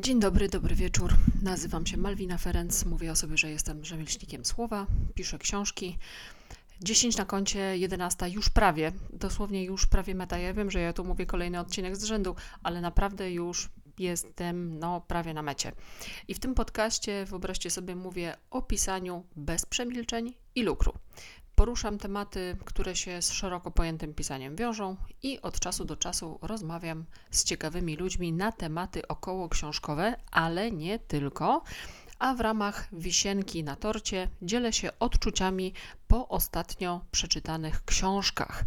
Dzień dobry, dobry wieczór. Nazywam się Malwina Ferenc, mówię o sobie, że jestem rzemieślnikiem słowa, piszę książki. 10 na koncie, 11 już prawie, dosłownie już prawie meta. Ja wiem, że ja tu mówię kolejny odcinek z rzędu, ale naprawdę już jestem prawie na mecie. I w tym podcaście, wyobraźcie sobie, mówię o pisaniu bez przemilczeń i lukru. Poruszam tematy, które się z szeroko pojętym pisaniem wiążą i od czasu do czasu rozmawiam z ciekawymi ludźmi na tematy okołoksiążkowe, ale nie tylko, a w ramach wisienki na torcie dzielę się odczuciami po ostatnio przeczytanych książkach.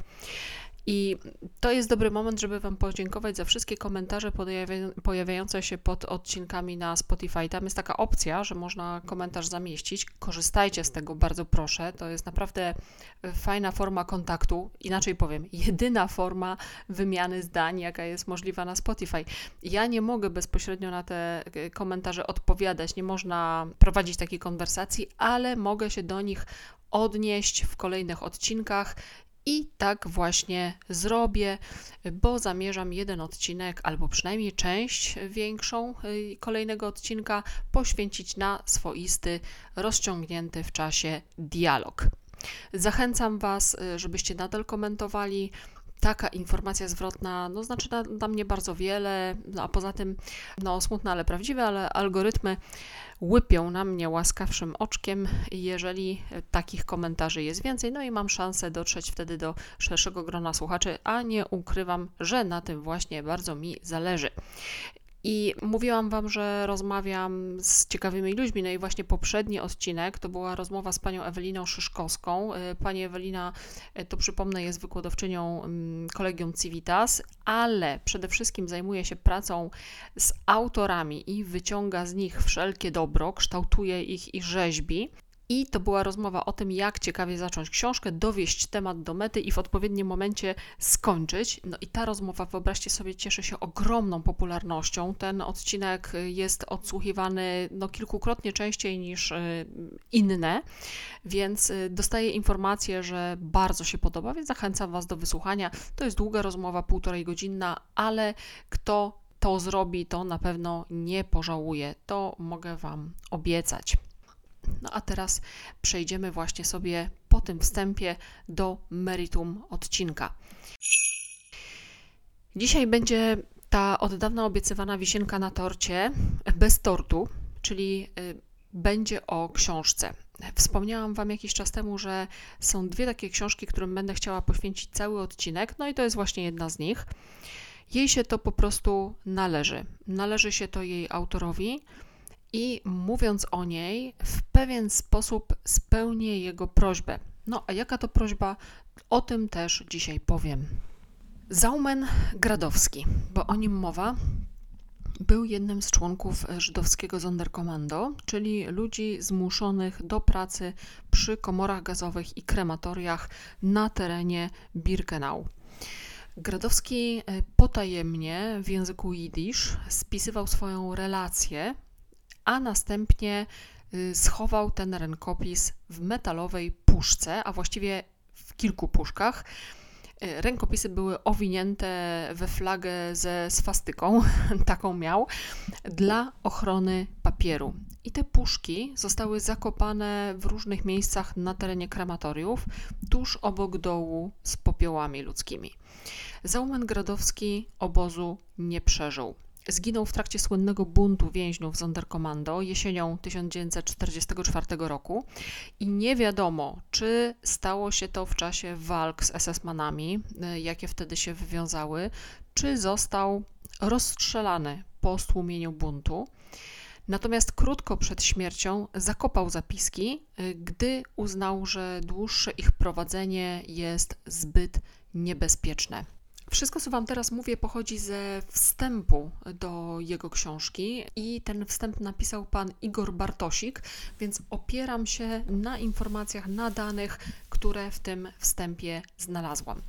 I to jest dobry moment, żeby Wam podziękować za wszystkie komentarze pojawiające się pod odcinkami na Spotify. Tam jest taka opcja, że można komentarz zamieścić. Korzystajcie z tego, bardzo proszę. To jest naprawdę fajna forma kontaktu. Inaczej powiem, jedyna forma wymiany zdań, jaka jest możliwa na Spotify. Ja nie mogę bezpośrednio na te komentarze odpowiadać, nie można prowadzić takiej konwersacji, ale mogę się do nich odnieść w kolejnych odcinkach. I tak właśnie zrobię, bo zamierzam jeden odcinek, albo przynajmniej część większą kolejnego odcinka poświęcić na swoisty, rozciągnięty w czasie dialog. Zachęcam Was, żebyście nadal komentowali. Taka informacja zwrotna znaczy dla mnie bardzo wiele, a poza tym smutne, ale prawdziwe, ale algorytmy łypią na mnie łaskawszym oczkiem, jeżeli takich komentarzy jest więcej, i mam szansę dotrzeć wtedy do szerszego grona słuchaczy, a nie ukrywam, że na tym właśnie bardzo mi zależy. I mówiłam Wam, że rozmawiam z ciekawymi ludźmi, i właśnie poprzedni odcinek to była rozmowa z panią Eweliną Szyszkowską. Pani Ewelina, to przypomnę, jest wykładowczynią Collegium Civitas, ale przede wszystkim zajmuje się pracą z autorami i wyciąga z nich wszelkie dobro, kształtuje ich i rzeźbi. I to była rozmowa o tym, jak ciekawie zacząć książkę, dowieść temat do mety i w odpowiednim momencie skończyć. I ta rozmowa, wyobraźcie sobie, cieszy się ogromną popularnością. Ten odcinek jest odsłuchiwany kilkukrotnie częściej niż inne, więc dostaję informację, że bardzo się podoba, więc zachęcam Was do wysłuchania. To jest długa rozmowa, 1,5 godzinna, ale kto to zrobi, to na pewno nie pożałuje. To mogę Wam obiecać. A teraz przejdziemy właśnie sobie po tym wstępie do meritum odcinka. Dzisiaj będzie ta od dawna obiecywana wisienka na torcie bez tortu, czyli będzie o książce. Wspomniałam Wam jakiś czas temu, że są dwie takie książki, którym będę chciała poświęcić cały odcinek, i to jest właśnie jedna z nich. Jej się to po prostu należy. Należy się to jej autorowi. I mówiąc o niej, w pewien sposób spełnię jego prośbę. A jaka to prośba? O tym też dzisiaj powiem. Zaumen Gradowski, bo o nim mowa, był jednym z członków żydowskiego Sonderkommando, czyli ludzi zmuszonych do pracy przy komorach gazowych i krematoriach na terenie Birkenau. Gradowski potajemnie w języku jidysz spisywał swoją relację, a następnie schował ten rękopis w metalowej puszce, a właściwie w kilku puszkach. Rękopisy były owinięte we flagę ze swastyką, taką miał, dla ochrony papieru. I te puszki zostały zakopane w różnych miejscach na terenie krematoriów, tuż obok dołu z popiołami ludzkimi. Zaumen Gradowski obozu nie przeżył. Zginął w trakcie słynnego buntu więźniów Sonderkommando jesienią 1944 roku i nie wiadomo, czy stało się to w czasie walk z SS-manami, jakie wtedy się wywiązały, czy został rozstrzelany po stłumieniu buntu. Natomiast krótko przed śmiercią zakopał zapiski, gdy uznał, że dłuższe ich prowadzenie jest zbyt niebezpieczne. Wszystko, co Wam teraz mówię, pochodzi ze wstępu do jego książki i ten wstęp napisał pan Igor Bartosik, więc opieram się na informacjach, na danych, które w tym wstępie znalazłam.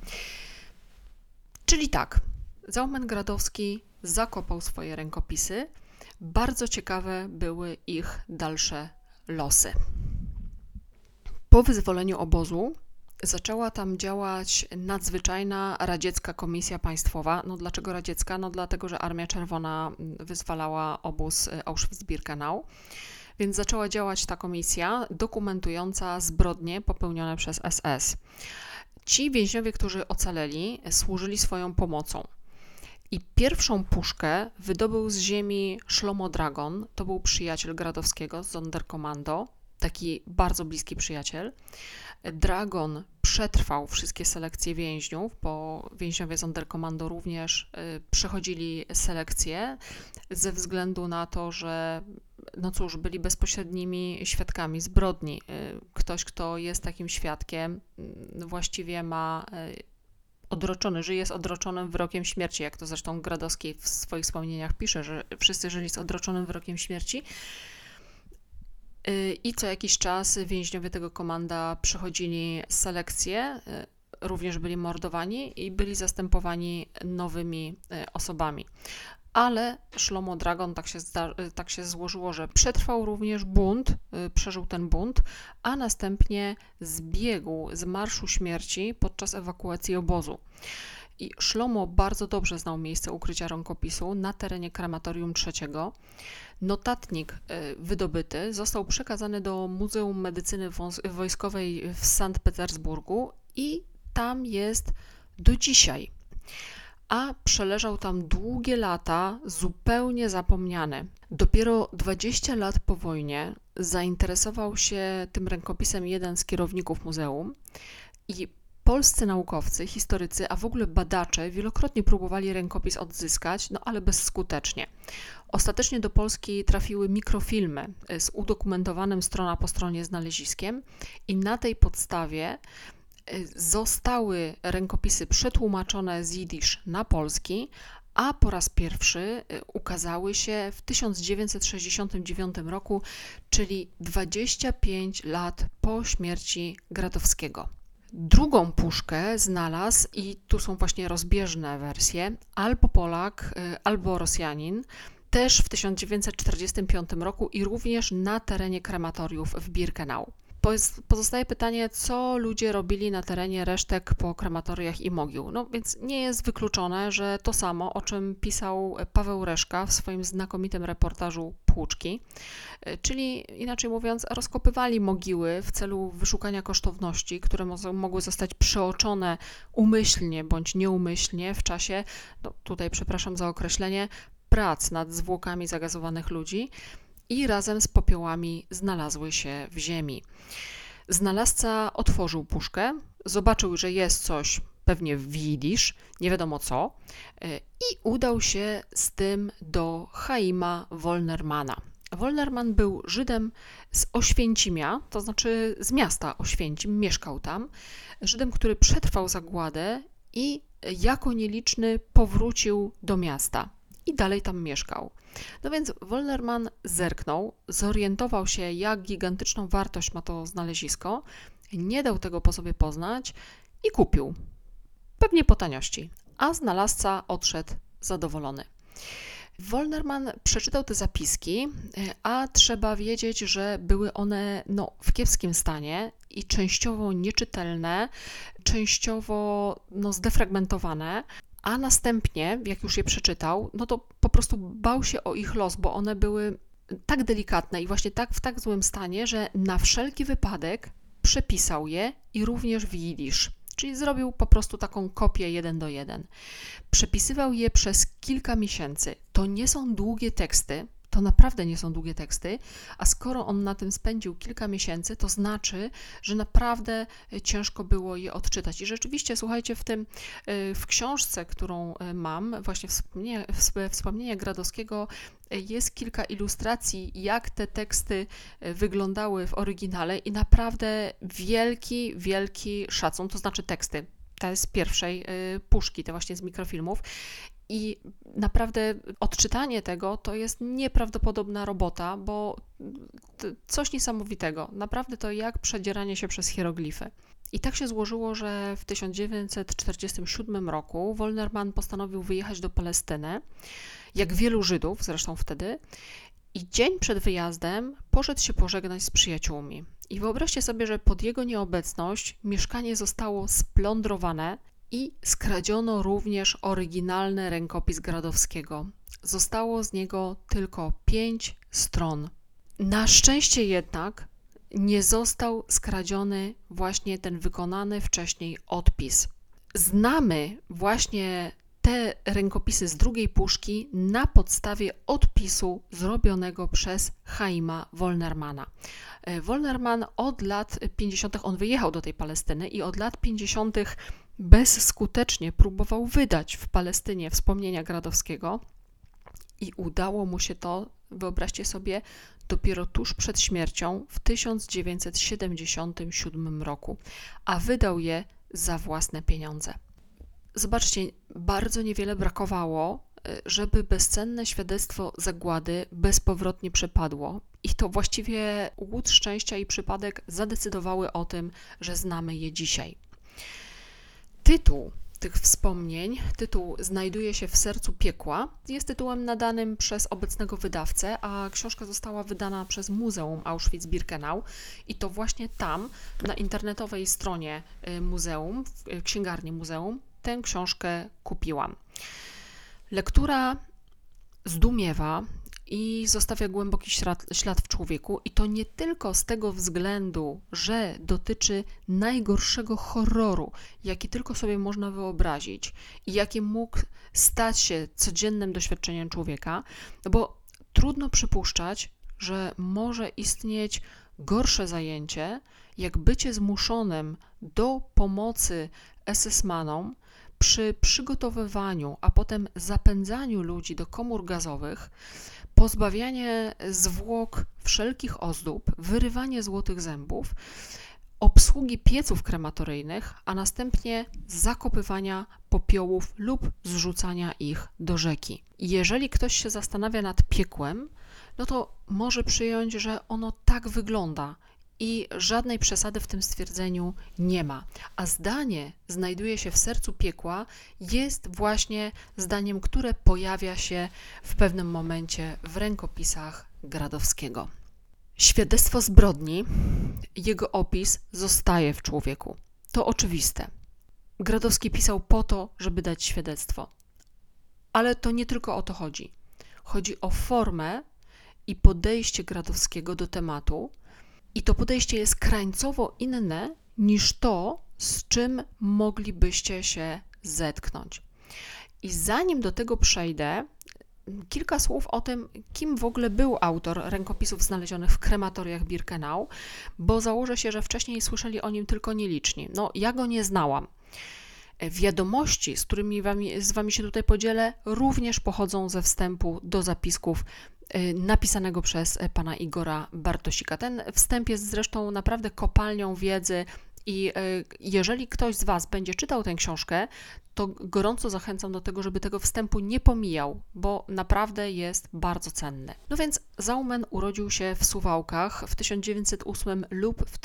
Czyli tak, Zaumen Gradowski zakopał swoje rękopisy. Bardzo ciekawe były ich dalsze losy. Po wyzwoleniu obozu Zaczęła tam działać nadzwyczajna radziecka komisja państwowa. No dlaczego radziecka? No dlatego, że Armia Czerwona wyzwalała obóz Auschwitz-Birkenau. Więc zaczęła działać ta komisja dokumentująca zbrodnie popełnione przez SS. Ci więźniowie, którzy ocaleli, służyli swoją pomocą. I pierwszą puszkę wydobył z ziemi Szlomo Dragon, to był przyjaciel Gradowskiego z Sonderkommando, taki bardzo bliski przyjaciel. Dragon przetrwał wszystkie selekcje więźniów, bo więźniowie Sonderkommando również przechodzili selekcję ze względu na to, że no cóż, byli bezpośrednimi świadkami zbrodni. Ktoś, kto jest takim świadkiem, właściwie ma odroczony, żyje z odroczonym wyrokiem śmierci, jak to zresztą Gradowski w swoich wspomnieniach pisze, że wszyscy żyli z odroczonym wyrokiem śmierci. I co jakiś czas więźniowie tego komanda przechodzili selekcję, również byli mordowani i byli zastępowani nowymi osobami. Ale Szlomo Dragon tak się złożyło, że przetrwał również bunt, przeżył ten bunt, a następnie zbiegł z Marszu Śmierci podczas ewakuacji obozu. I Szlomo bardzo dobrze znał miejsce ukrycia rękopisu na terenie krematorium III. Notatnik wydobyty został przekazany do Muzeum Medycyny Wojskowej w Sankt Petersburgu i tam jest do dzisiaj. A przeleżał tam długie lata, zupełnie zapomniany. Dopiero 20 lat po wojnie zainteresował się tym rękopisem jeden z kierowników muzeum i polscy naukowcy, historycy, a w ogóle badacze wielokrotnie próbowali rękopis odzyskać, no ale bezskutecznie. Ostatecznie do Polski trafiły mikrofilmy z udokumentowanym strona po stronie znaleziskiem i na tej podstawie zostały rękopisy przetłumaczone z jidysz na polski, a po raz pierwszy ukazały się w 1969 roku, czyli 25 lat po śmierci Gradowskiego. Drugą puszkę znalazł, i tu są właśnie rozbieżne wersje, albo Polak, albo Rosjanin, też w 1945 roku i również na terenie krematoriów w Birkenau. Pozostaje pytanie, co ludzie robili na terenie resztek po krematoriach i mogił. No więc nie jest wykluczone, że to samo, o czym pisał Paweł Reszka w swoim znakomitym reportażu Płuczki, czyli inaczej mówiąc, rozkopywali mogiły w celu wyszukania kosztowności, które mogły zostać przeoczone umyślnie bądź nieumyślnie w czasie, no tutaj przepraszam za określenie, prac nad zwłokami zagazowanych ludzi, i razem z popiołami znalazły się w ziemi. Znalazca otworzył puszkę, zobaczył, że jest coś pewnie w jidysz, nie wiadomo co, i udał się z tym do Chaima Wolnermana. Wolnerman był Żydem z Oświęcimia, to znaczy z miasta Oświęcim, mieszkał tam. Żydem, który przetrwał zagładę i jako nieliczny powrócił do miasta i dalej tam mieszkał. No więc Wolnerman zerknął, zorientował się, jak gigantyczną wartość ma to znalezisko, nie dał tego po sobie poznać i kupił. Pewnie po taniości, a znalazca odszedł zadowolony. Wolnerman przeczytał te zapiski, a trzeba wiedzieć, że były one w kiepskim stanie i częściowo nieczytelne, częściowo zdefragmentowane, a następnie, jak już je przeczytał, no to po prostu bał się o ich los, bo one były tak delikatne i właśnie w tak złym stanie, że na wszelki wypadek przepisał je i również w jidysz. Czyli zrobił po prostu taką kopię 1:1. Przepisywał je przez kilka miesięcy. To nie są długie teksty, to naprawdę nie są długie teksty, a skoro on na tym spędził kilka miesięcy, to znaczy, że naprawdę ciężko było je odczytać. I rzeczywiście, słuchajcie, w książce, którą mam, właśnie wspomnienia Gradowskiego, jest kilka ilustracji, jak te teksty wyglądały w oryginale i naprawdę wielki, wielki szacun, to znaczy teksty, te z pierwszej puszki, te właśnie z mikrofilmów. I naprawdę odczytanie tego to jest nieprawdopodobna robota, bo coś niesamowitego. Naprawdę to jak przedzieranie się przez hieroglify. I tak się złożyło, że w 1947 roku Wolnerman postanowił wyjechać do Palestyny, jak wielu Żydów zresztą wtedy, i dzień przed wyjazdem poszedł się pożegnać z przyjaciółmi. I wyobraźcie sobie, że pod jego nieobecność mieszkanie zostało splądrowane i skradziono również oryginalny rękopis Gradowskiego. Zostało z niego tylko 5 stron. Na szczęście jednak nie został skradziony właśnie ten wykonany wcześniej odpis. Znamy właśnie te rękopisy z drugiej puszki na podstawie odpisu zrobionego przez Chaima Wolnermana. Wolnerman od lat 50. on wyjechał do tej Palestyny i od lat 50. bezskutecznie próbował wydać w Palestynie wspomnienia Gradowskiego i udało mu się to, wyobraźcie sobie, dopiero tuż przed śmiercią w 1977 roku, a wydał je za własne pieniądze. Zobaczcie, bardzo niewiele brakowało, żeby bezcenne świadectwo zagłady bezpowrotnie przepadło i to właściwie łód szczęścia i przypadek zadecydowały o tym, że znamy je dzisiaj. Tytuł tych wspomnień, tytuł znajduje się w sercu piekła, jest tytułem nadanym przez obecnego wydawcę, a książka została wydana przez Muzeum Auschwitz-Birkenau i to właśnie tam, na internetowej stronie muzeum, w księgarni muzeum, tę książkę kupiłam. Lektura zdumiewa i zostawia głęboki ślad w człowieku i to nie tylko z tego względu, że dotyczy najgorszego horroru, jaki tylko sobie można wyobrazić i jaki mógł stać się codziennym doświadczeniem człowieka, bo trudno przypuszczać, że może istnieć gorsze zajęcie, jak bycie zmuszonym do pomocy SS-manom przy przygotowywaniu, a potem zapędzaniu ludzi do komór gazowych, pozbawianie zwłok wszelkich ozdób, wyrywanie złotych zębów, obsługi pieców krematoryjnych, a następnie zakopywania popiołów lub zrzucania ich do rzeki. Jeżeli ktoś się zastanawia nad piekłem, no to może przyjąć, że ono tak wygląda i żadnej przesady w tym stwierdzeniu nie ma. A zdanie znajduje się w sercu piekła jest właśnie zdaniem, które pojawia się w pewnym momencie w rękopisach Gradowskiego. Świadectwo zbrodni, jego opis zostaje w człowieku. To oczywiste. Gradowski pisał po to, żeby dać świadectwo. Ale to nie tylko o to chodzi. Chodzi o formę i podejście Gradowskiego do tematu, i to podejście jest krańcowo inne niż to, z czym moglibyście się zetknąć. I zanim do tego przejdę, kilka słów o tym, kim w ogóle był autor rękopisów znalezionych w krematoriach Birkenau, bo założę się, że wcześniej słyszeli o nim tylko nieliczni. No, ja go nie znałam. Wiadomości, z którymi z wami się tutaj podzielę, również pochodzą ze wstępu do zapisków napisanego przez pana Igora Bartosika. Ten wstęp jest zresztą naprawdę kopalnią wiedzy i jeżeli ktoś z was będzie czytał tę książkę, to gorąco zachęcam do tego, żeby tego wstępu nie pomijał, bo naprawdę jest bardzo cenny. No więc Zaumen urodził się w Suwałkach w 1908 lub w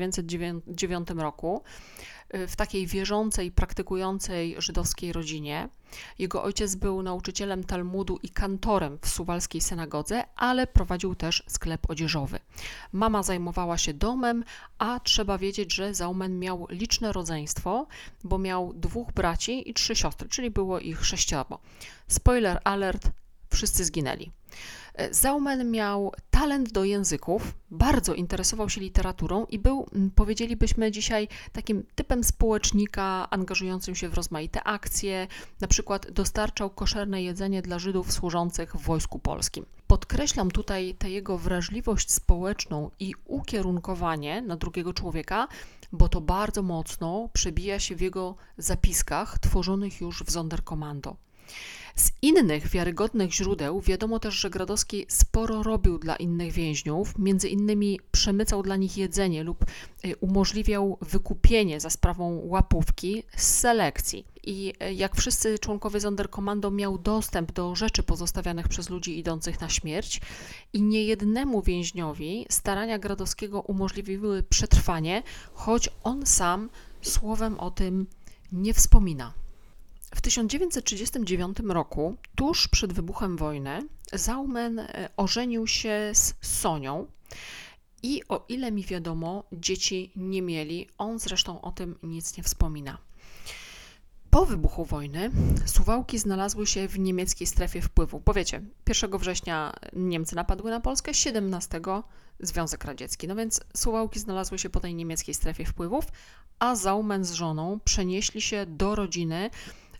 1909 roku w takiej wierzącej, praktykującej żydowskiej rodzinie. Jego ojciec był nauczycielem Talmudu i kantorem w suwalskiej synagodze, ale prowadził też sklep odzieżowy. Mama zajmowała się domem, a trzeba wiedzieć, że Zaumen miał liczne rodzeństwo, bo miał 2 braci i 3 siostry, czyli było ich 6. Spoiler alert, wszyscy zginęli. Zaumen miał talent do języków, bardzo interesował się literaturą i był, powiedzielibyśmy dzisiaj, takim typem społecznika angażującym się w rozmaite akcje, na przykład dostarczał koszerne jedzenie dla Żydów służących w Wojsku Polskim. Podkreślam tutaj tę jego wrażliwość społeczną i ukierunkowanie na drugiego człowieka, bo to bardzo mocno przebija się w jego zapiskach tworzonych już w Sonderkommando. Z innych wiarygodnych źródeł wiadomo też, że Gradowski sporo robił dla innych więźniów, między innymi przemycał dla nich jedzenie lub umożliwiał wykupienie za sprawą łapówki z selekcji. I jak wszyscy członkowie Sonderkommando miał dostęp do rzeczy pozostawianych przez ludzi idących na śmierć i niejednemu więźniowi starania Gradowskiego umożliwiły przetrwanie, choć on sam słowem o tym nie wspomina. W 1939 roku, tuż przed wybuchem wojny, Zaumen ożenił się z Sonią i o ile mi wiadomo, dzieci nie mieli. On zresztą o tym nic nie wspomina. Po wybuchu wojny Suwałki znalazły się w niemieckiej strefie wpływu. Bo wiecie, 1 września Niemcy napadły na Polskę, 17 Związek Radziecki. No więc Suwałki znalazły się po tej niemieckiej strefie wpływów, a Zaumen z żoną przenieśli się do rodziny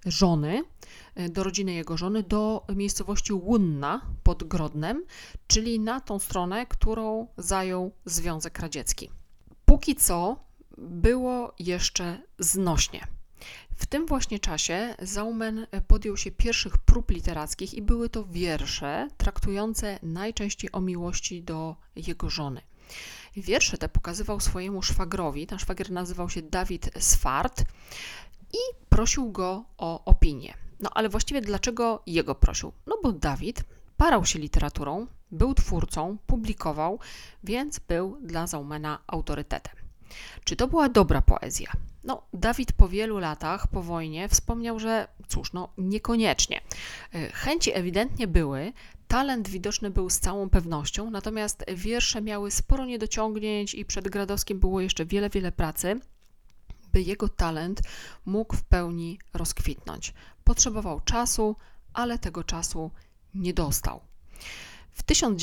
jego żony, do miejscowości Łunna pod Grodnem, czyli na tą stronę, którą zajął Związek Radziecki. Póki co było jeszcze znośnie. W tym właśnie czasie Zaumen podjął się pierwszych prób literackich i były to wiersze traktujące najczęściej o miłości do jego żony. Wiersze te pokazywał swojemu szwagrowi, ten szwagier nazywał się Dawid Swart i prosił go o opinię. No ale właściwie dlaczego jego prosił? No bo Dawid parał się literaturą, był twórcą, publikował, więc był dla Zaumena autorytetem. Czy to była dobra poezja? No, Dawid po wielu latach, po wojnie, wspomniał, że cóż, no niekoniecznie. Chęci ewidentnie były, talent widoczny był z całą pewnością, natomiast wiersze miały sporo niedociągnięć i przed Gradowskim było jeszcze wiele pracy, by jego talent mógł w pełni rozkwitnąć. Potrzebował czasu, ale tego czasu nie dostał. W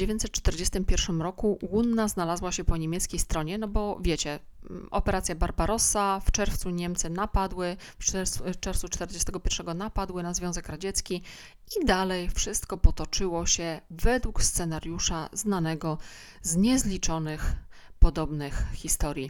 1941 roku Łunna znalazła się po niemieckiej stronie, no bo wiecie, operacja Barbarossa, w czerwcu Niemcy napadły, w czerwcu 1941 napadły na Związek Radziecki i dalej wszystko potoczyło się według scenariusza znanego z niezliczonych podobnych historii.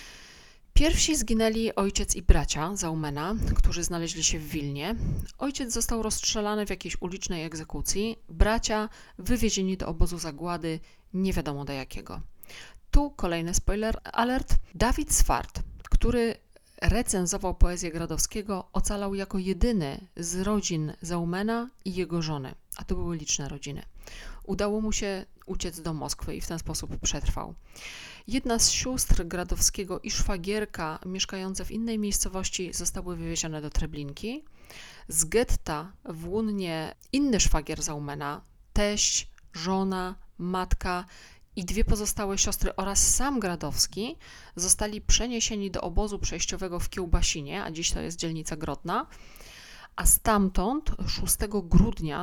Pierwsi zginęli ojciec i bracia Zaumena, którzy znaleźli się w Wilnie. Ojciec został rozstrzelany w jakiejś ulicznej egzekucji, bracia wywiezieni do obozu zagłady, nie wiadomo do jakiego. Tu kolejny spoiler alert. Dawid Swart, który recenzował poezję Gradowskiego, ocalał jako jedyny z rodzin Zaumena i jego żony, a to były liczne rodziny. Udało mu się uciec do Moskwy i w ten sposób przetrwał. Jedna z sióstr Gradowskiego i szwagierka mieszkające w innej miejscowości zostały wywiezione do Treblinki. Z getta w Łunnie inny szwagier Zaumena, teść, żona, matka i 2 pozostałe siostry oraz sam Gradowski zostali przeniesieni do obozu przejściowego w Kiełbasinie, a dziś to jest dzielnica Grodna, a stamtąd 6 grudnia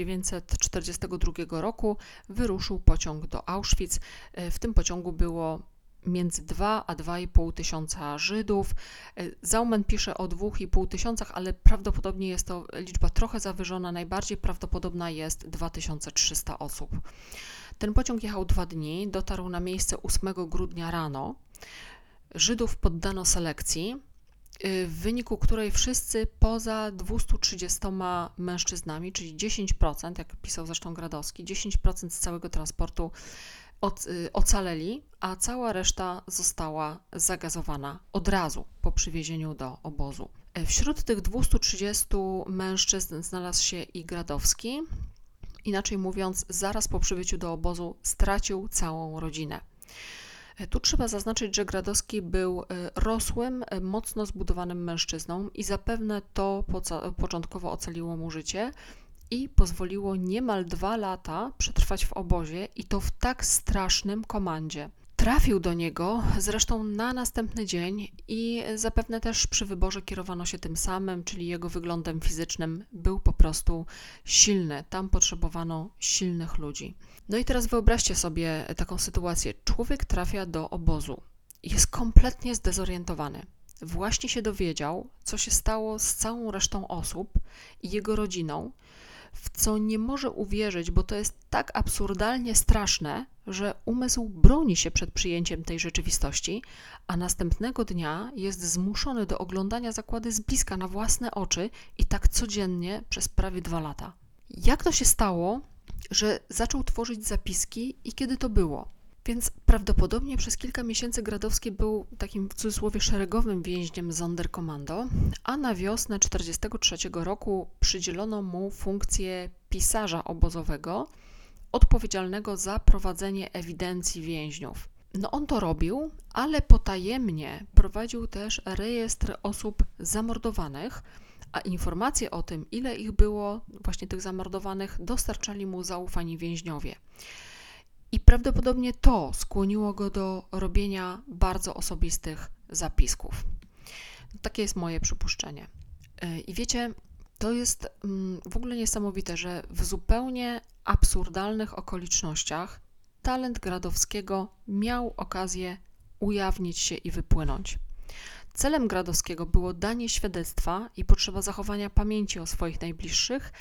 1942 roku wyruszył pociąg do Auschwitz. W tym pociągu było między 2 a 2,5 tysiąca Żydów. Zaumen pisze o 2,5 tysiącach, ale prawdopodobnie jest to liczba trochę zawyżona. Najbardziej prawdopodobna jest 2300 osób. Ten pociąg jechał 2 dni, dotarł na miejsce 8 grudnia rano. Żydów poddano selekcji, w wyniku której wszyscy poza 230 mężczyznami, czyli 10%, jak pisał zresztą Gradowski, 10% z całego transportu ocaleli, a cała reszta została zagazowana od razu po przywiezieniu do obozu. Wśród tych 230 mężczyzn znalazł się i Gradowski. Inaczej mówiąc, zaraz po przybyciu do obozu stracił całą rodzinę. Tu trzeba zaznaczyć, że Gradowski był rosłym, mocno zbudowanym mężczyzną i zapewne to początkowo ocaliło mu życie i pozwoliło niemal 2 lata przetrwać w obozie i to w tak strasznym komandzie. Trafił do niego zresztą na następny dzień i zapewne też przy wyborze kierowano się tym samym, czyli jego wyglądem fizycznym był po prostu silny. Tam potrzebowano silnych ludzi. No i teraz wyobraźcie sobie taką sytuację. Człowiek trafia do obozu, jest kompletnie zdezorientowany. Właśnie się dowiedział, co się stało z całą resztą osób i jego rodziną, w co nie może uwierzyć, bo to jest tak absurdalnie straszne, że umysł broni się przed przyjęciem tej rzeczywistości, a następnego dnia jest zmuszony do oglądania zagłady z bliska na własne oczy i tak codziennie przez prawie 2 lata. Jak to się stało, że zaczął tworzyć zapiski i kiedy to było? Więc prawdopodobnie przez kilka miesięcy Gradowski był takim w cudzysłowie szeregowym więźniem Sonderkommando, a na wiosnę 1943 roku przydzielono mu funkcję pisarza obozowego odpowiedzialnego za prowadzenie ewidencji więźniów. No on to robił, ale potajemnie prowadził też rejestr osób zamordowanych, a informacje o tym, ile ich było, właśnie tych zamordowanych, dostarczali mu zaufani więźniowie. I prawdopodobnie to skłoniło go do robienia bardzo osobistych zapisków. Takie jest moje przypuszczenie. I wiecie, to jest w ogóle niesamowite, że w zupełnie absurdalnych okolicznościach talent Gradowskiego miał okazję ujawnić się i wypłynąć. Celem Gradowskiego było danie świadectwa i potrzeba zachowania pamięci o swoich najbliższych,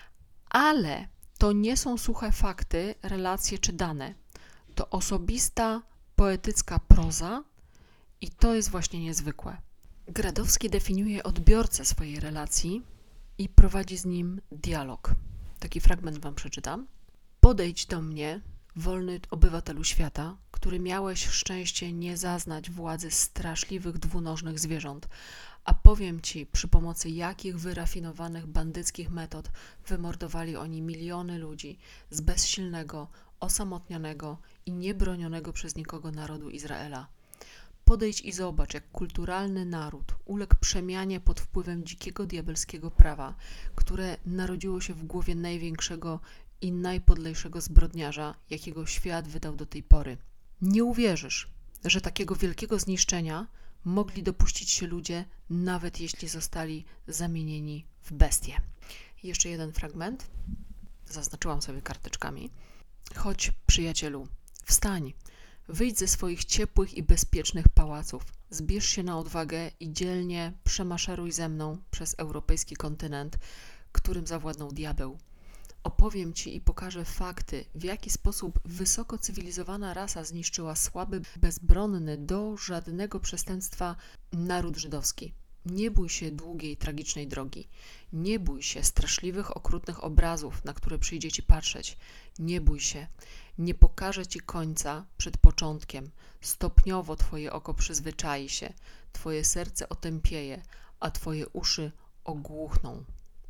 ale to nie są suche fakty, relacje czy dane. To osobista, poetycka proza i to jest właśnie niezwykłe. Gradowski definiuje odbiorcę swojej relacji i prowadzi z nim dialog. Taki fragment wam przeczytam. Podejdź do mnie, wolny obywatelu świata, który miałeś szczęście nie zaznać władzy straszliwych dwunożnych zwierząt, a powiem ci, przy pomocy jakich wyrafinowanych bandyckich metod wymordowali oni miliony ludzi z bezsilnego, osamotnionego i niebronionego przez nikogo narodu Izraela. Podejdź i zobacz, jak kulturalny naród uległ przemianie pod wpływem dzikiego diabelskiego prawa, które narodziło się w głowie największego i najpodlejszego zbrodniarza, jakiego świat wydał do tej pory. Nie uwierzysz, że takiego wielkiego zniszczenia mogli dopuścić się ludzie, nawet jeśli zostali zamienieni w bestie. Jeszcze jeden fragment. Zaznaczyłam sobie karteczkami. Chodź, przyjacielu, wstań. Wyjdź ze swoich ciepłych i bezpiecznych pałaców, zbierz się na odwagę i dzielnie przemaszeruj ze mną przez europejski kontynent, którym zawładnął diabeł. Opowiem ci i pokażę fakty, w jaki sposób wysoko cywilizowana rasa zniszczyła słaby, bezbronny do żadnego przestępstwa naród żydowski. Nie bój się długiej, tragicznej drogi. Nie bój się straszliwych, okrutnych obrazów, na które przyjdzie ci patrzeć. Nie bój się. Nie pokażę ci końca przed początkiem. Stopniowo twoje oko przyzwyczai się, twoje serce otępieje, a twoje uszy ogłuchną.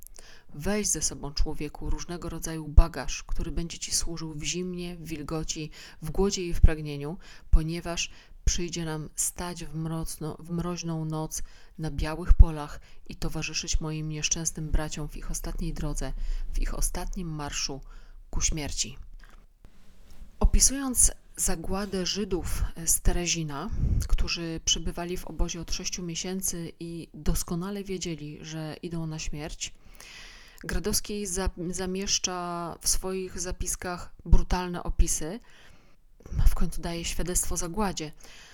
Weź ze sobą, człowieku, różnego rodzaju bagaż, który będzie ci służył w zimnie, w wilgoci, w głodzie i w pragnieniu, ponieważ przyjdzie nam stać w mroźną noc na białych polach i towarzyszyć moim nieszczęsnym braciom w ich ostatniej drodze, w ich ostatnim marszu ku śmierci. Opisując zagładę Żydów z Terezina, którzy przebywali w obozie od 6 miesięcy i doskonale wiedzieli, że idą na śmierć, Gradowski zamieszcza w swoich zapiskach brutalne opisy, w końcu daje świadectwo zagładzie,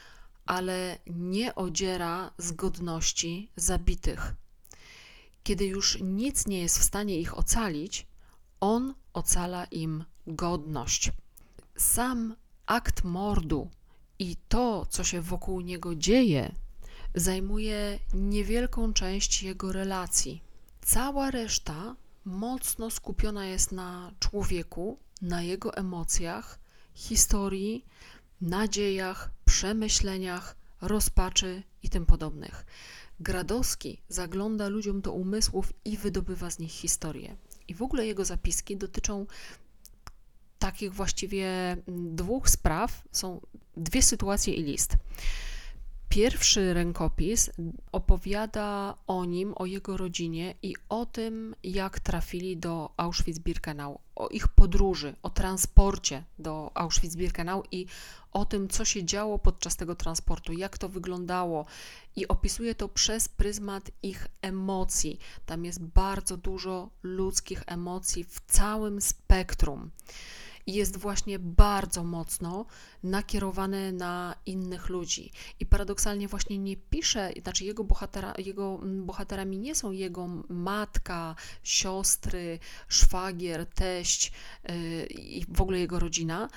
ale nie odziera z godności zabitych. Kiedy już nic nie jest w stanie ich ocalić, on ocala im godność. Sam akt mordu i to, co się wokół niego dzieje, zajmuje niewielką część jego relacji. Cała reszta mocno skupiona jest na człowieku, na jego emocjach, historii, nadziejach, przemyśleniach, rozpaczy i tym podobnych. Gradowski zagląda ludziom do umysłów i wydobywa z nich historię. I w ogóle jego zapiski dotyczą takich właściwie dwóch spraw. Są dwie sytuacje i list. Pierwszy rękopis opowiada o nim, o jego rodzinie i o tym, jak trafili do Auschwitz-Birkenau, o ich podróży, o transporcie do Auschwitz-Birkenau i o tym, co się działo podczas tego transportu, jak to wyglądało i opisuje to przez pryzmat ich emocji. Tam jest bardzo dużo ludzkich emocji w całym spektrum. I jest właśnie bardzo mocno nakierowany na innych ludzi. I paradoksalnie właśnie nie pisze, znaczy jego bohaterami nie są jego matka, siostry, szwagier, teść i w ogóle jego rodzina,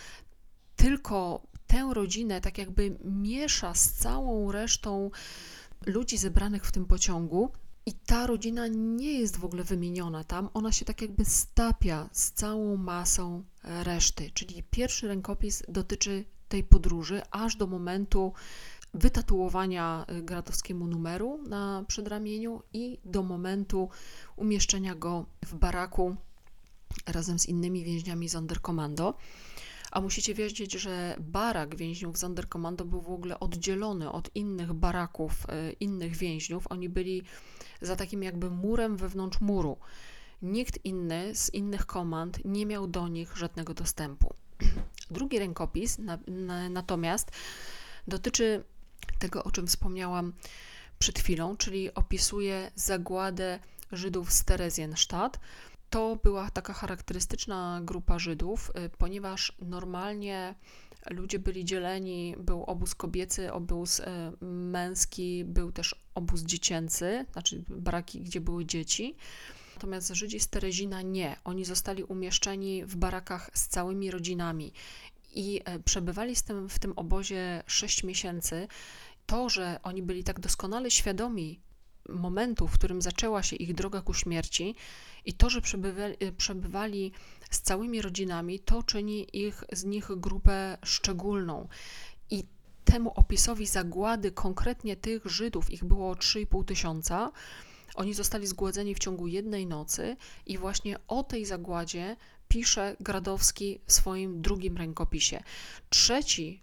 tylko tę rodzinę tak jakby miesza z całą resztą ludzi zebranych w tym pociągu. I ta rodzina nie jest w ogóle wymieniona tam, ona się tak jakby stapia z całą masą reszty. Czyli pierwszy rękopis dotyczy tej podróży aż do momentu wytatuowania Gradowskiemu numeru na przedramieniu i do momentu umieszczenia go w baraku razem z innymi więźniami Sonderkommando. A musicie wiedzieć, że barak więźniów Sonderkommando był w ogóle oddzielony od innych baraków, innych więźniów. Oni byli za takim jakby murem wewnątrz muru. Nikt inny z innych komand nie miał do nich żadnego dostępu. Drugi rękopis natomiast dotyczy tego, o czym wspomniałam przed chwilą, czyli opisuje zagładę Żydów z Theresienstadt. To była taka charakterystyczna grupa Żydów, ponieważ normalnie ludzie byli dzieleni, był obóz kobiecy, obóz męski, był też obóz dziecięcy, znaczy baraki, gdzie były dzieci. Natomiast Żydzi z Terezina nie. Oni zostali umieszczeni w barakach z całymi rodzinami i przebywali w tym obozie 6 miesięcy. To, że oni byli tak doskonale świadomi momentu, w którym zaczęła się ich droga ku śmierci i to, że przebywali z całymi rodzinami, to czyni z nich grupę szczególną. I temu opisowi zagłady konkretnie tych Żydów, ich było 3,5 tysiąca, oni zostali zgładzeni w ciągu jednej nocy i właśnie o tej zagładzie pisze Gradowski w swoim drugim rękopisie. Trzecie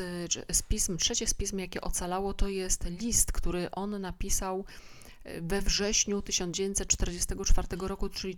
z pism, jakie ocalało, to jest list, który on napisał we wrześniu 1944 roku, czyli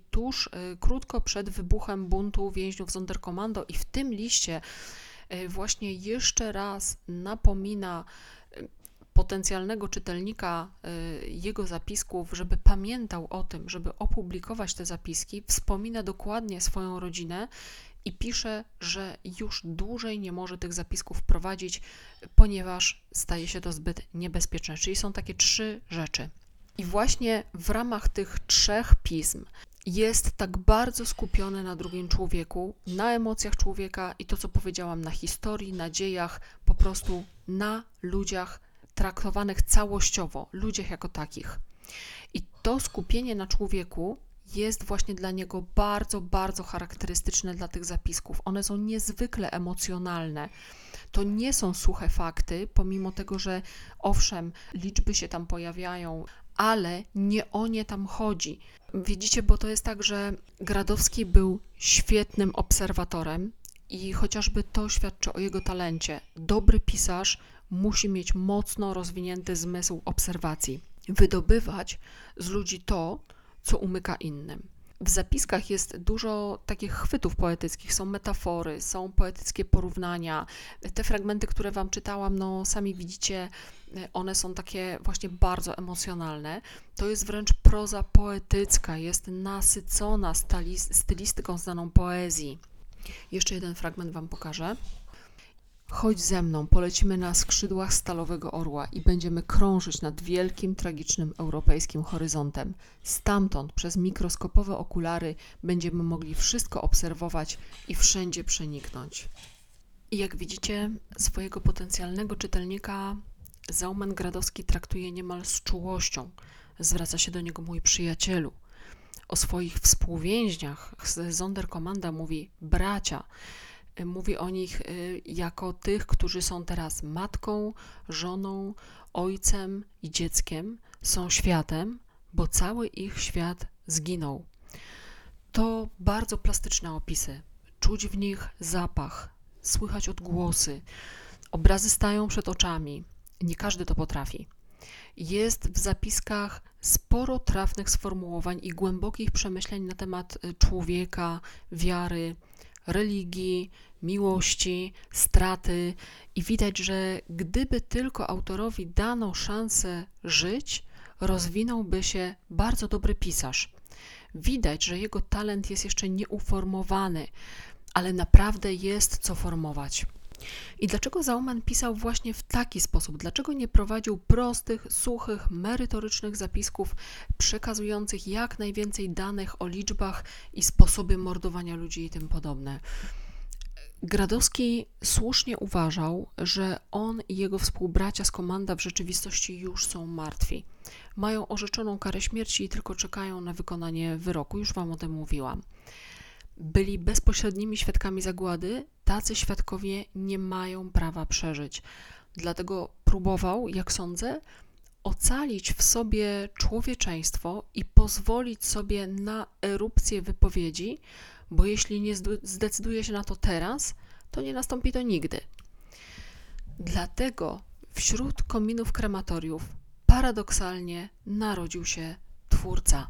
krótko przed wybuchem buntu więźniów Sonderkommando, i w tym liście właśnie jeszcze raz napomina potencjalnego czytelnika jego zapisków, żeby pamiętał o tym, żeby opublikować te zapiski, wspomina dokładnie swoją rodzinę i pisze, że już dłużej nie może tych zapisków prowadzić, ponieważ staje się to zbyt niebezpieczne. Czyli są takie 3 rzeczy. I właśnie w ramach tych 3 pism jest tak bardzo skupiony na drugim człowieku, na emocjach człowieka i to, co powiedziałam, na historii, na dziejach, po prostu na ludziach traktowanych całościowo, ludziach jako takich. I to skupienie na człowieku jest właśnie dla niego bardzo, bardzo charakterystyczne dla tych zapisków. One są niezwykle emocjonalne. To nie są suche fakty, pomimo tego, że owszem, liczby się tam pojawiają, ale nie o nie tam chodzi. Widzicie, bo to jest tak, że Gradowski był świetnym obserwatorem i chociażby to świadczy o jego talencie. Dobry pisarz musi mieć mocno rozwinięty zmysł obserwacji, wydobywać z ludzi to, co umyka innym. W zapiskach jest dużo takich chwytów poetyckich, są metafory, są poetyckie porównania. Te fragmenty, które wam czytałam, no sami widzicie, one są takie właśnie bardzo emocjonalne. To jest wręcz proza poetycka, jest nasycona stylistyką znaną poezji. Jeszcze jeden fragment wam pokażę. Chodź ze mną, polecimy na skrzydłach stalowego orła i będziemy krążyć nad wielkim, tragicznym europejskim horyzontem. Stamtąd, przez mikroskopowe okulary, będziemy mogli wszystko obserwować i wszędzie przeniknąć. I jak widzicie, swojego potencjalnego czytelnika Zaumen Gradowski traktuje niemal z czułością. Zwraca się do niego: mój przyjacielu. O swoich współwięźniach z Sonderkommanda mówi: bracia. Mówi o nich jako tych, którzy są teraz matką, żoną, ojcem i dzieckiem, są światem, bo cały ich świat zginął. To bardzo plastyczne opisy. Czuć w nich zapach, słychać odgłosy, obrazy stają przed oczami. Nie każdy to potrafi. Jest w zapiskach sporo trafnych sformułowań i głębokich przemyśleń na temat człowieka, wiary, religii, miłości, straty i widać, że gdyby tylko autorowi dano szansę żyć, rozwinąłby się bardzo dobry pisarz. Widać, że jego talent jest jeszcze nieuformowany, ale naprawdę jest co formować. I dlaczego Zaumen pisał właśnie w taki sposób? Dlaczego nie prowadził prostych, suchych, merytorycznych zapisków przekazujących jak najwięcej danych o liczbach i sposobie mordowania ludzi i tym podobne? Gradowski słusznie uważał, że on i jego współbracia z komanda w rzeczywistości już są martwi. Mają orzeczoną karę śmierci i tylko czekają na wykonanie wyroku. Już wam o tym mówiłam. Byli bezpośrednimi świadkami zagłady, tacy świadkowie nie mają prawa przeżyć. Dlatego próbował, jak sądzę, ocalić w sobie człowieczeństwo i pozwolić sobie na erupcję wypowiedzi, bo jeśli nie zdecyduje się na to teraz, to nie nastąpi to nigdy. Dlatego wśród kominów krematoriów paradoksalnie narodził się twórca.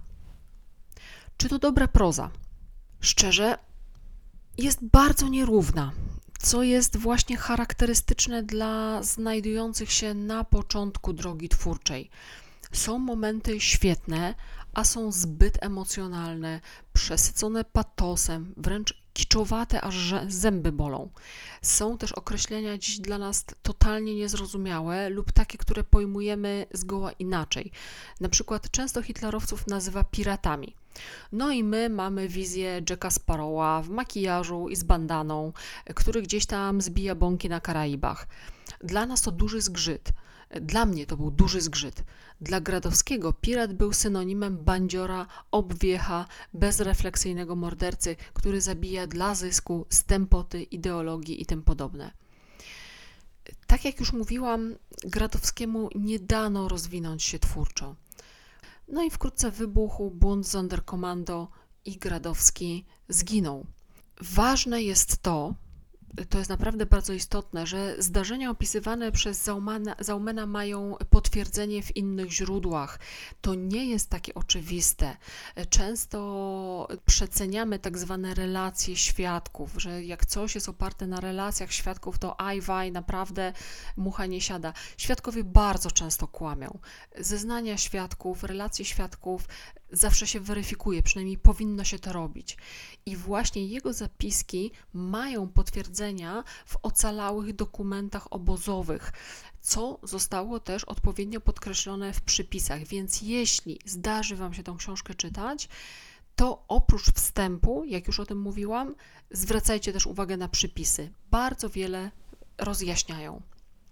Czy to dobra proza? Szczerze, jest bardzo nierówna. co jest właśnie charakterystyczne dla znajdujących się na początku drogi twórczej. Są momenty świetne, a są zbyt emocjonalne, przesycone patosem, wręcz kiczowate, aż zęby bolą. Są też określenia dziś dla nas totalnie niezrozumiałe lub takie, które pojmujemy zgoła inaczej. Na przykład często hitlerowców nazywa piratami. No i my mamy wizję Jacka Sparrowa w makijażu i z bandaną, który gdzieś tam zbija bąki na Karaibach. Dla nas to duży zgrzyt. Dla mnie to był duży zgrzyt. Dla Gradowskiego pirat był synonimem bandziora, obwiecha, bezrefleksyjnego mordercy, który zabija dla zysku, z tempoty, ideologii i tym podobne. Tak jak już mówiłam, Gradowskiemu nie dano rozwinąć się twórczo. No i wkrótce wybuchł bunt Sonderkommando i Gradowski zginął. Ważne jest to jest naprawdę bardzo istotne, że zdarzenia opisywane przez Zaumana mają potwierdzenie w innych źródłach. To nie jest takie oczywiste. Często przeceniamy tak zwane relacje świadków, że jak coś jest oparte na relacjach świadków, to ajwaj, naprawdę mucha nie siada. Świadkowie bardzo często kłamią. Zeznania świadków, relacje świadków zawsze się weryfikuje, przynajmniej powinno się to robić. I właśnie jego zapiski mają potwierdzenia w ocalałych dokumentach obozowych, co zostało też odpowiednio podkreślone w przypisach. Więc jeśli zdarzy Wam się tę książkę czytać, to oprócz wstępu, jak już o tym mówiłam, zwracajcie też uwagę na przypisy. Bardzo wiele rozjaśniają.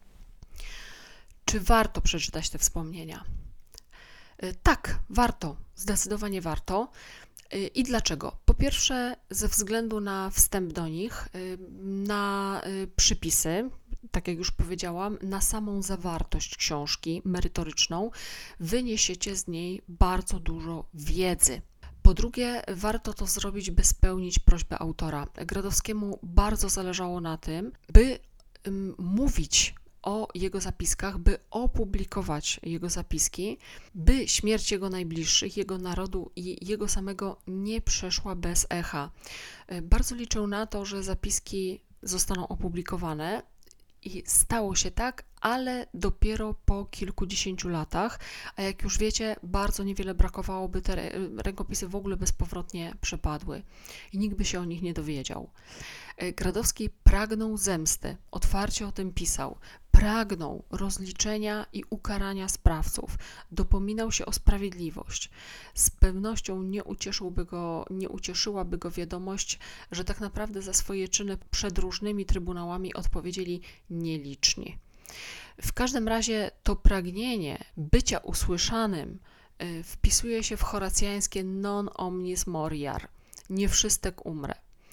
Czy warto przeczytać te wspomnienia? Tak, warto, zdecydowanie warto. I dlaczego? Po pierwsze, ze względu na wstęp do nich, na przypisy, tak jak już powiedziałam, na samą zawartość książki merytoryczną, wyniesiecie z niej bardzo dużo wiedzy. Po drugie, warto to zrobić, by spełnić prośbę autora. Gradowskiemu bardzo zależało na tym, by mówić o jego zapiskach, by opublikować jego zapiski, by śmierć jego najbliższych, jego narodu i jego samego nie przeszła bez echa. Bardzo liczę na to, że zapiski zostaną opublikowane i stało się tak, ale dopiero po kilkudziesięciu latach, a jak już wiecie, bardzo niewiele brakowało, by te rękopisy w ogóle bezpowrotnie przepadły i nikt by się o nich nie dowiedział. Gradowski pragnął zemsty, otwarcie o tym pisał, pragnął rozliczenia i ukarania sprawców, dopominał się o sprawiedliwość. Z pewnością nie ucieszyłaby go wiadomość, że tak naprawdę za swoje czyny przed różnymi trybunałami odpowiedzieli nieliczni. W każdym razie to pragnienie bycia usłyszanym wpisuje się w horacjańskie non omnis moriar, nie wszystek umrę.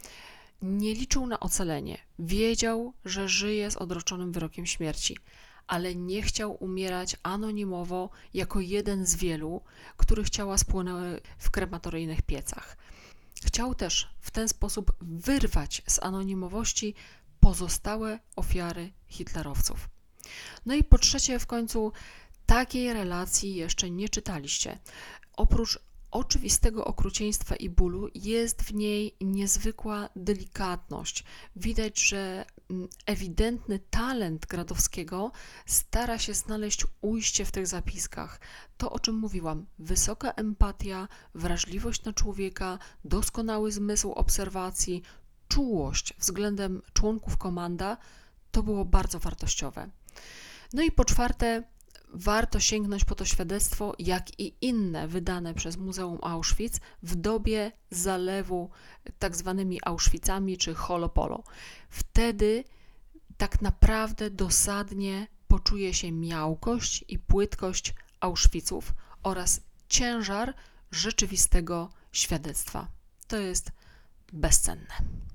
Nie liczył na ocalenie, wiedział, że żyje z odroczonym wyrokiem śmierci, ale nie chciał umierać anonimowo jako jeden z wielu, których ciała spłonęły w krematoryjnych piecach. Chciał też w ten sposób wyrwać z anonimowości pozostałe ofiary hitlerowców. No i po trzecie, w końcu, takiej relacji jeszcze nie czytaliście. Oprócz oczywistego okrucieństwa i bólu jest w niej niezwykła delikatność. Widać, że ewidentny talent Gradowskiego stara się znaleźć ujście w tych zapiskach. To, o czym mówiłam, wysoka empatia, wrażliwość na człowieka, doskonały zmysł obserwacji, czułość względem członków komanda, to było bardzo wartościowe. No i po czwarte, warto sięgnąć po to świadectwo, jak i inne wydane przez Muzeum Auschwitz w dobie zalewu tak zwanymi Auschwitzami czy Holopolo. Wtedy tak naprawdę dosadnie poczuje się miałkość i płytkość Auschwitzów oraz ciężar rzeczywistego świadectwa. To jest bezcenne.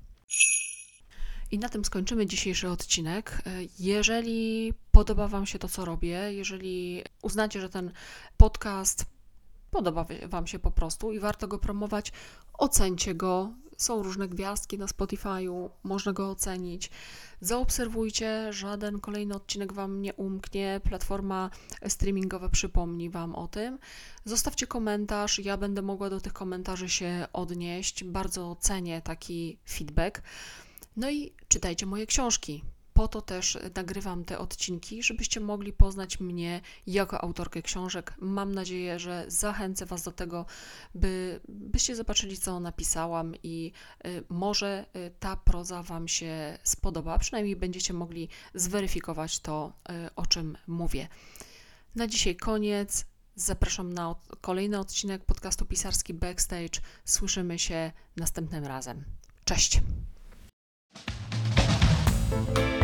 I na tym skończymy dzisiejszy odcinek. Jeżeli podoba Wam się to, co robię, jeżeli uznacie, że ten podcast podoba Wam się po prostu i warto go promować, oceńcie go. Są różne gwiazdki na Spotify'u, można go ocenić. Zaobserwujcie, żaden kolejny odcinek Wam nie umknie, platforma streamingowa przypomni Wam o tym. Zostawcie komentarz, ja będę mogła do tych komentarzy się odnieść. Bardzo cenię taki feedback. No i czytajcie moje książki. Po to też nagrywam te odcinki, żebyście mogli poznać mnie jako autorkę książek. Mam nadzieję, że zachęcę Was do tego, byście zobaczyli, co napisałam i może ta proza Wam się spodoba. Przynajmniej będziecie mogli zweryfikować to, o czym mówię. Na dzisiaj koniec. Zapraszam na kolejny odcinek podcastu Pisarski Backstage. Słyszymy się następnym razem. Cześć!